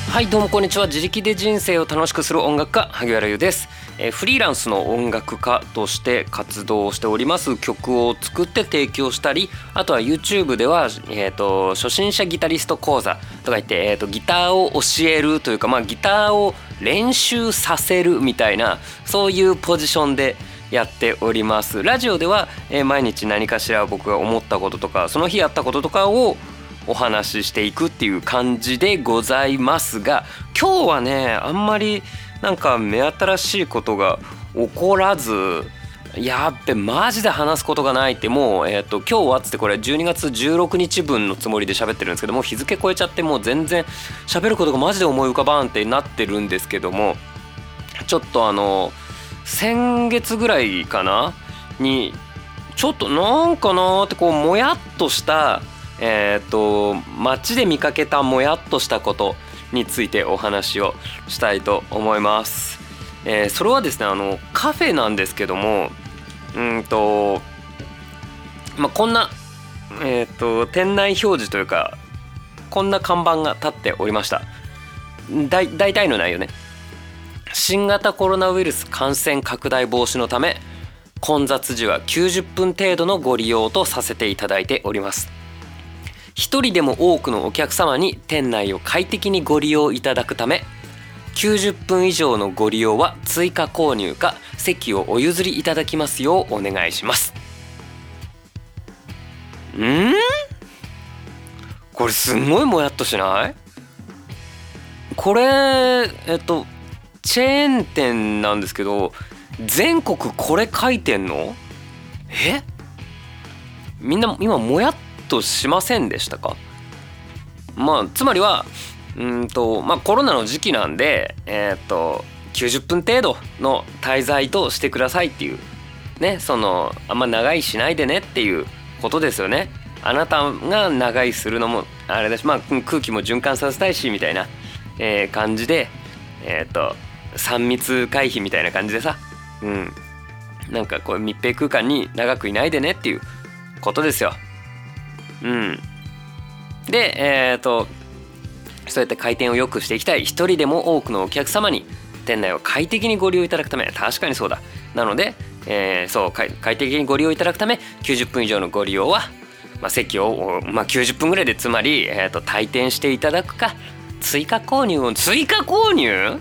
はい、どうもこんにちは。自力で人生を楽しくする音楽家萩原優です。フリーランスの音楽家として活動をしております。曲を作って提供したり、あとは YouTube では、初心者ギタリスト講座とか言って、ギターを教えるというか、ギターを練習させるみたいな、そういうポジションでやっております。ラジオでは、毎日何かしら僕が思ったこととか、その日やったこととかをお話ししていくっていう感じでございますが、今日はねあんまりなんか目新しいことが起こらず、やっべマジで話すことがないって、もう今日はっつってこれ12月16日分のつもりで喋ってるんですけども、日付超えちゃってもう全然喋ることがマジで思い浮かばんってなってるんですけども、ちょっと先月ぐらいかなにちょっとなんかなーってこうもやっとした街で見かけたもやっとしたことについてお話をしたいと思います。それはですねカフェなんですけども、こんな、店内表示というかこんな看板が立っておりました。大体の内容ね。新型コロナウイルス感染拡大防止のため混雑時は90分程度のご利用とさせていただいております。一人でも多くのお客様に店内を快適にご利用いただくため、90分以上のご利用は追加購入か席をお譲りいただきますようお願いします。これすんごいもやっとしない？これチェーン店なんですけど、全国これ書いてんの？みんな今もやっとしませんでしたか？つまりはコロナの時期なんで90分程度の滞在としてくださいっていうね、あんま長居しないでねっていうことですよね。あなたが長居するのもあれだし、空気も循環させたいしみたいな、感じで3密回避みたいな感じでさ、なんかこう密閉空間に長くいないでねっていうことですよ。でそうやって回転を良くしていきたい、一人でも多くのお客様に店内を快適にご利用いただくため、確かにそうだ、なので、快適にご利用いただくため90分以上のご利用は、席を、90分ぐらいで、つまり、退店していただくか追加購入を追加購入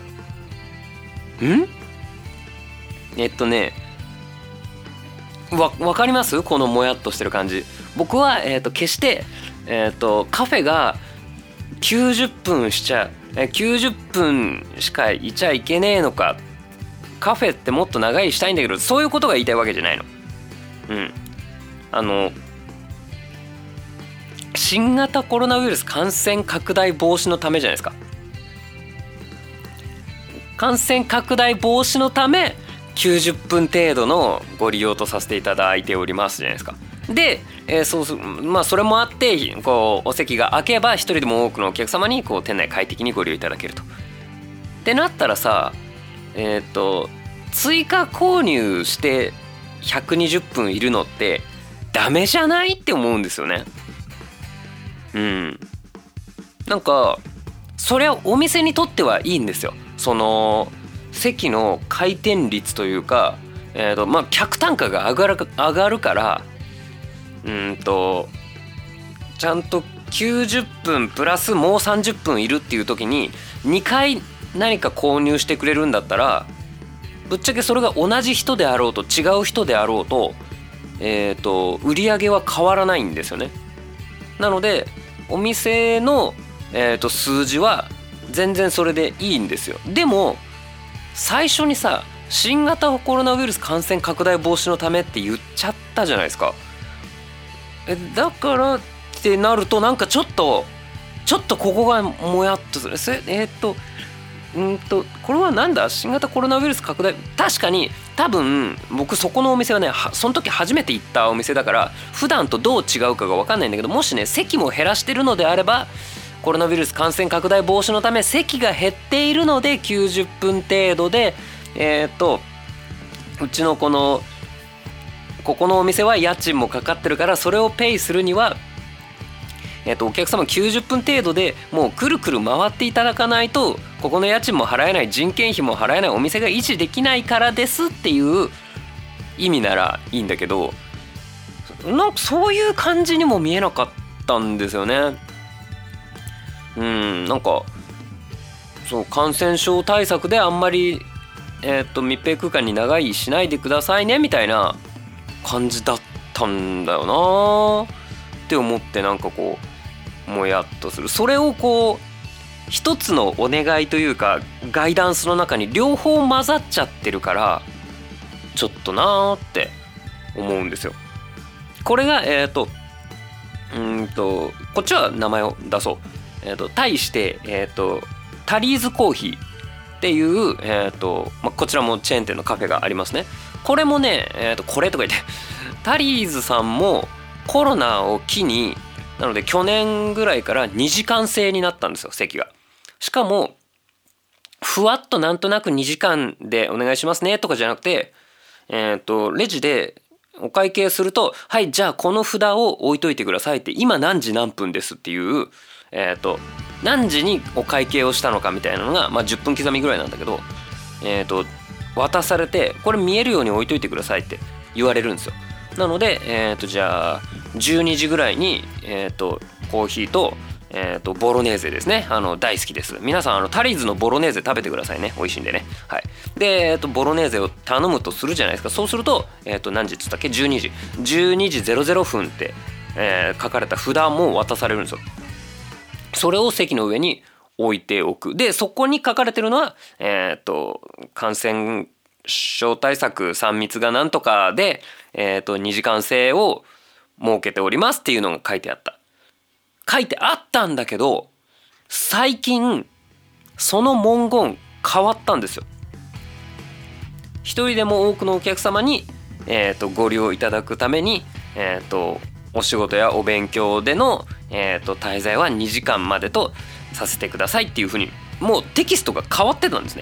わかります？このもやっとしてる感じ。僕は、決して、カフェが90分しかいちゃいけねえのか、カフェってもっと長居したいんだけど、そういうことが言いたいわけじゃないの。新型コロナウイルス感染拡大防止のためじゃないですか。感染拡大防止のため90分程度のご利用とさせていただいておりますじゃないですか。で、それもあってこうお席が空けば一人でも多くのお客様にこう店内快適にご利用いただけると。ってなったらさ、追加購入して120分いるのってダメじゃないって思うんですよね。なんかそれはお店にとってはいいんですよ。席の回転率というか、客単価が上がるからちゃんと90分プラスもう30分いるっていう時に2回何か購入してくれるんだったら、ぶっちゃけそれが同じ人であろうと違う人であろうと、売り上げは変わらないんですよね。なのでお店の、数字は全然それでいいんですよ。でも最初にさ、新型コロナウイルス感染拡大防止のためって言っちゃったじゃないですか。だからってなるとなんかちょっとここがもやっとする。これはなんだ、新型コロナウイルス拡大、確かに多分僕そこのお店はね、その時初めて行ったお店だから普段とどう違うかが分かんないんだけど、もしね席も減らしてるのであれば、コロナウイルス感染拡大防止のため席が減っているので90分程度でうちのここのお店は家賃もかかってるから、それをペイするにはお客様90分程度でもうくるくる回っていただかないとここの家賃も払えない、人件費も払えない、お店が維持できないからですっていう意味ならいいんだけど、なんかそういう感じにも見えなかったんですよね。なんかそう感染症対策であんまり、密閉空間に長居しないでくださいねみたいな感じだったんだよなって思って、なんかこうもやっとする。それをこう一つのお願いというかガイダンスの中に両方混ざっちゃってるからちょっとなーって思うんですよ。これがこっちは名前を出そう。対してタリーズコーヒーっていう、こちらもチェーン店のカフェがありますね。これもね、これとか言ってタリーズさんもコロナを機になので去年ぐらいから2時間制になったんですよ、席が。しかもふわっとなんとなく2時間でお願いしますねとかじゃなくて、レジでお会計すると、はいじゃあこの札を置いといてくださいって、今何時何分ですっていう、何時にお会計をしたのかみたいなのが、10分刻みぐらいなんだけど、渡されて、これ見えるように置いといてくださいって言われるんですよ。なので、じゃあ12時ぐらいに、コーヒーと、ボロネーゼですね。大好きです。皆さんタリーズのボロネーゼ食べてくださいね。美味しいんでね。はい。で、ボロネーゼを頼むとするじゃないですか。そうすると、何時っつったっけ、12時00分って、書かれた札も渡されるんですよ。それを席の上に置いておく。でそこに書かれてるのは、感染症対策3密がなんとかで、2時間制を設けておりますっていうのが書いてあったんだけど、最近その文言変わったんですよ。一人でも多くのお客様に、ご利用いただくために、お仕事やお勉強での、滞在は2時間までとさせてくださいっていう風にもうテキストが変わってたんですね。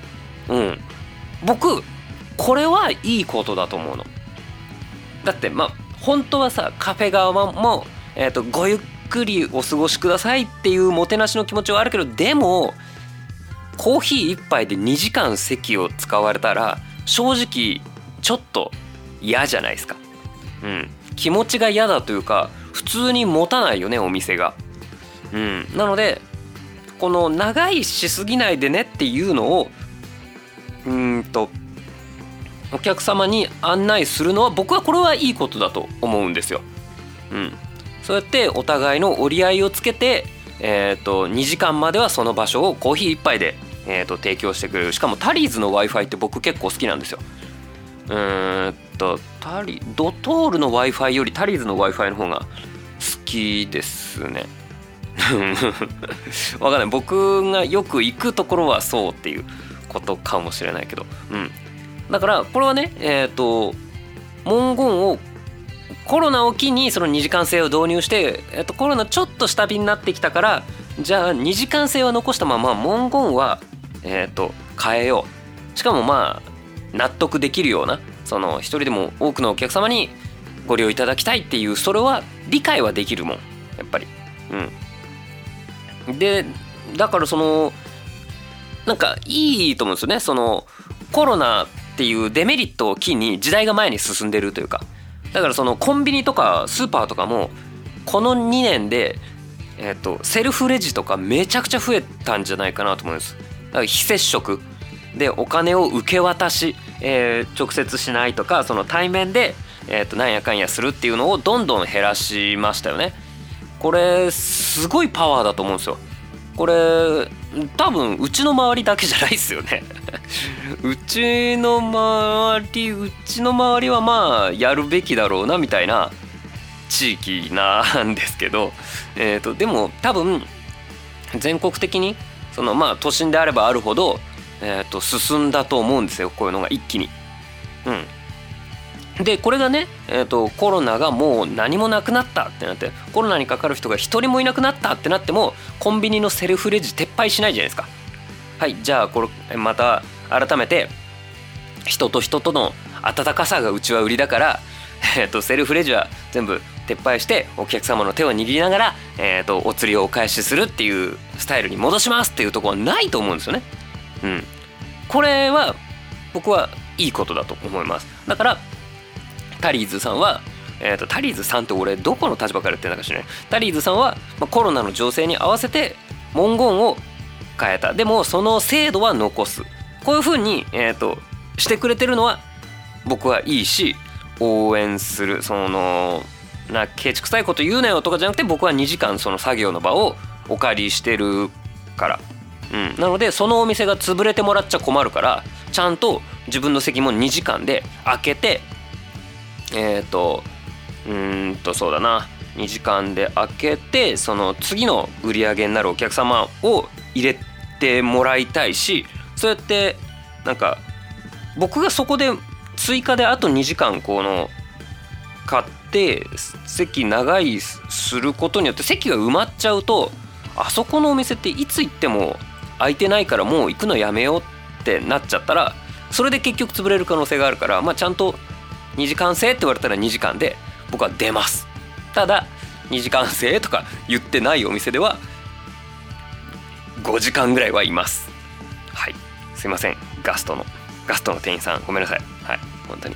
僕これはいいことだと思うの。だって本当はさ、カフェ側も、ごゆっくりお過ごしくださいっていうもてなしの気持ちはあるけど、でもコーヒー1杯で2時間席を使われたら正直ちょっと嫌じゃないですか。気持ちが嫌だというか、普通に持たないよねお店が。なのでこの長居しすぎないでねっていうのをお客様に案内するのは、僕はこれはいいことだと思うんですよ。そうやってお互いの折り合いをつけて、2時間まではその場所をコーヒー1杯で、提供してくれる。しかもタリーズの Wi-Fi って僕結構好きなんですよ。ドトールの Wi-Fi よりタリーズの Wi-Fi の方が好きですね。わかんない、僕がよく行くところはそうっていうことかもしれないけど、だからこれはね、文言をコロナを機にその2時間制を導入して、コロナちょっと下火になってきたから、じゃあ2時間制は残したまま文言は変えよう。しかも納得できるような、その一人でも多くのお客様にご利用いただきたいっていう、それは理解はできるもんやっぱり。でだからなんかいいと思うんですよね。そのコロナっていうデメリットを機に時代が前に進んでるというか、だからそのコンビニとかスーパーとかもこの2年で、セルフレジとかめちゃくちゃ増えたんじゃないかなと思うんです。だから非接触でお金を受け渡し、直接しないとか、その対面で、なんやかんやするっていうのをどんどん減らしましたよね。これすごいパワーだと思うんですよ。これ多分うちの周りだけじゃないですよね。うちの周りはやるべきだろうなみたいな地域なんですけど、でも多分全国的に都心であればあるほど、進んだと思うんですよ、こういうのが一気に。でこれがね、コロナがもう何もなくなったってなって、コロナにかかる人が一人もいなくなったってなっても、コンビニのセルフレジ撤廃しないじゃないですか。はい、じゃあこれまた改めて人と人との温かさがうちは売りだから、セルフレジは全部撤廃してお客様の手を握りながら、お釣りをお返しするっていうスタイルに戻しますっていうところはないと思うんですよね。これは僕はいいことだと思います。だからタリーズさんは、タリーズさんって俺どこの立場から言ってんだかしらね。タリーズさんは、コロナの情勢に合わせて文言を変えた。でもその制度は残す。こういう風に、してくれてるのは僕はいいし応援する。ケチくさいこと言うなよとかじゃなくて、僕は2時間その作業の場をお借りしてるから、なのでそのお店が潰れてもらっちゃ困るから、ちゃんと自分の席も2時間で開けて、そうだな、2時間で開けてその次の売り上げになるお客様を入れてもらいたいし、そうやってなんか僕がそこで追加であと2時間買って席長いすることによって席が埋まっちゃうと、あそこのお店っていつ行っても空いてないからもう行くのやめようってなっちゃったら、それで結局潰れる可能性があるから、ちゃんと2時間制って言われたら2時間で僕は出ます。ただ2時間制とか言ってないお店では5時間ぐらいはいます。はい、すいません、ガストの店員さんごめんなさい。はい、本当に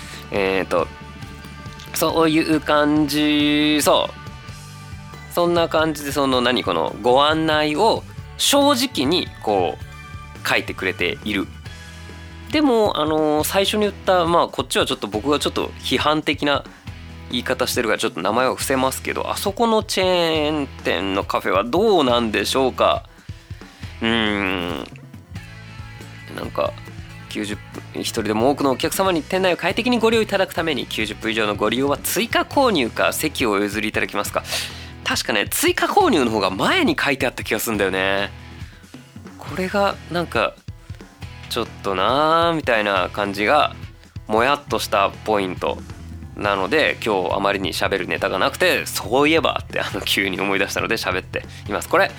そういう感じ。そんな感じでこのご案内を正直に書いてくれている。でも最初に言ったこっちはちょっと僕がちょっと批判的な言い方してるからちょっと名前は伏せますけど、あそこのチェーン店のカフェはどうなんでしょうか。なんか90分一人でも多くのお客様に店内を快適にご利用いただくために90分以上のご利用は追加購入か席をお譲りいただきますか。確かね、追加購入の方が前に書いてあった気がするんだよね。これがなんかちょっとなーみたいな感じがもやっとしたポイントなので、今日あまりに喋るネタがなくて、そういえばって急に思い出したので喋っています。これ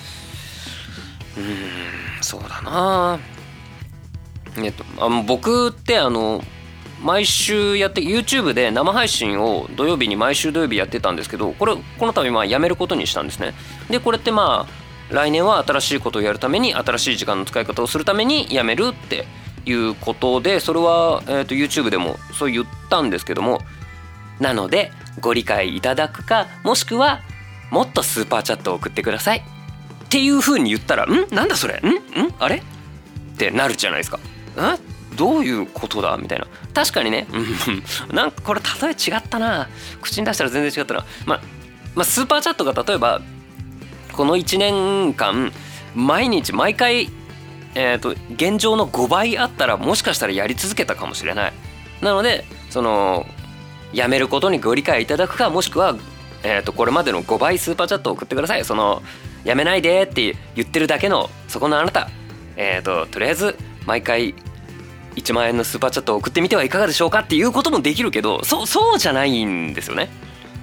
そうだな、僕って毎週やって YouTube で生配信を土曜日に毎週土曜日やってたんですけど、この度やめることにしたんですね。でこれって来年は新しいことをやるために、新しい時間の使い方をするためにやめるっていうことで、それは、YouTube でもそう言ったんですけども、なのでご理解いただくか、もしくはもっとスーパーチャットを送ってくださいっていう風に言ったら、なんだそれ、あれってなるじゃないですか。どういうことだみたいな。確かにね、なんかこれ例え違ったな、口に出したら全然違ったな。スーパーチャットが例えばこの1年間毎日毎回、現状の5倍あったら、もしかしたらやり続けたかもしれない。なのでやめることにご理解いただくか、もしくは、これまでの5倍スーパーチャットを送ってください。やめないでって言ってるだけのそこのあなた、とりあえず毎回1万円のスーパーチャットを送ってみてはいかがでしょうかっていうこともできるけど、そうじゃないんですよね。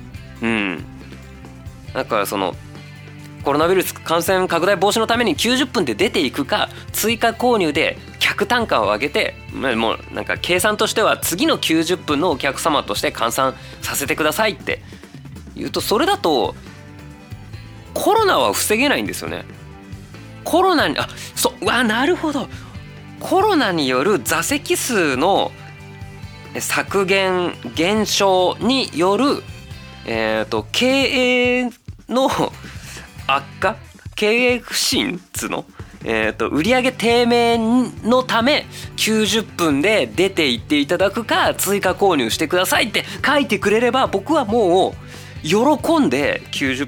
だからコロナウイルス感染拡大防止のために90分で出ていくか、追加購入で客単価を上げて、もうなんか計算としては次の90分のお客様として換算させてくださいって言うと、それだとコロナは防げないんですよね。コロナになるほど、コロナによる座席数の削減減少による、経営の悪化、経営不振の、売上低迷のため90分で出て行っていただくか、追加購入してくださいって書いてくれれば、僕はもう喜んで3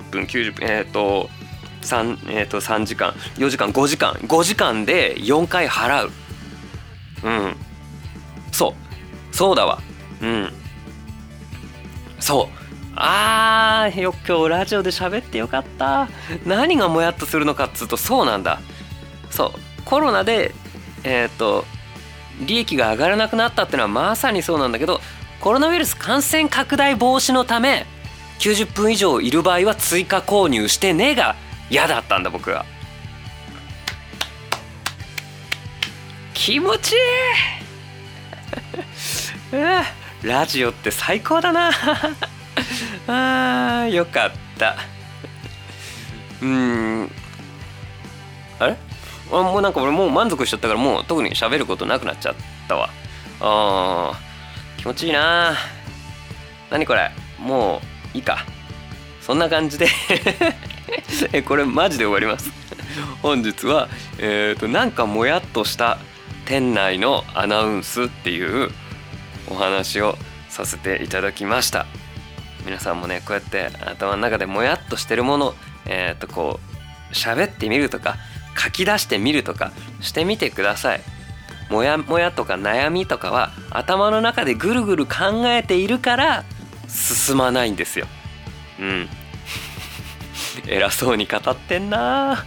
時間4時間5時間で4回払う。そうだわ。今日ラジオで喋ってよかった。何がもやっとするのかっつうと、そうなんだ。コロナで利益が上がらなくなったってのはまさにそうなんだけど、コロナウイルス感染拡大防止のため90分以上いる場合は追加購入してねが嫌だったんだ、僕は。気持ちいいラジオって最高だなよかった。あれもうなんか俺もう満足しちゃったから、もう特に喋ることなくなっちゃったわ。気持ちいいな。何これ、もういいか。そんな感じでこれマジで終わります本日はなんかもやっとした店内のアナウンスっていうお話をさせていただきました。皆さんもね、こうやって頭の中でもやっとしてるもの、こう喋ってみるとか書き出してみるとかしてみてください。もやもやとか悩みとかは頭の中でぐるぐる考えているから進まないんですよ。偉そうに語ってんな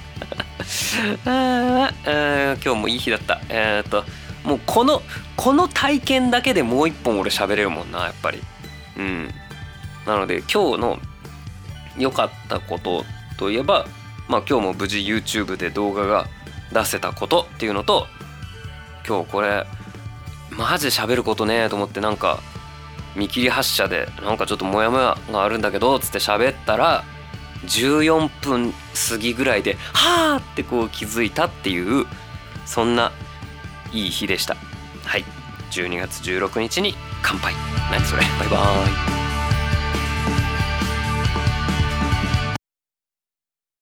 今日もいい日だった。もうこの体験だけでもう一本俺喋れるもんな、やっぱり。なので今日の良かったことといえば、今日も無事 YouTube で動画が出せたことっていうのと、今日これマジで喋ることねえと思って、なんか見切り発車でなんかちょっとモヤモヤがあるんだけどつって喋ったら14分過ぎぐらいではーってこう気づいたっていう、そんないい日でした。はい、12月16日に乾杯。何それ、バイバーイ。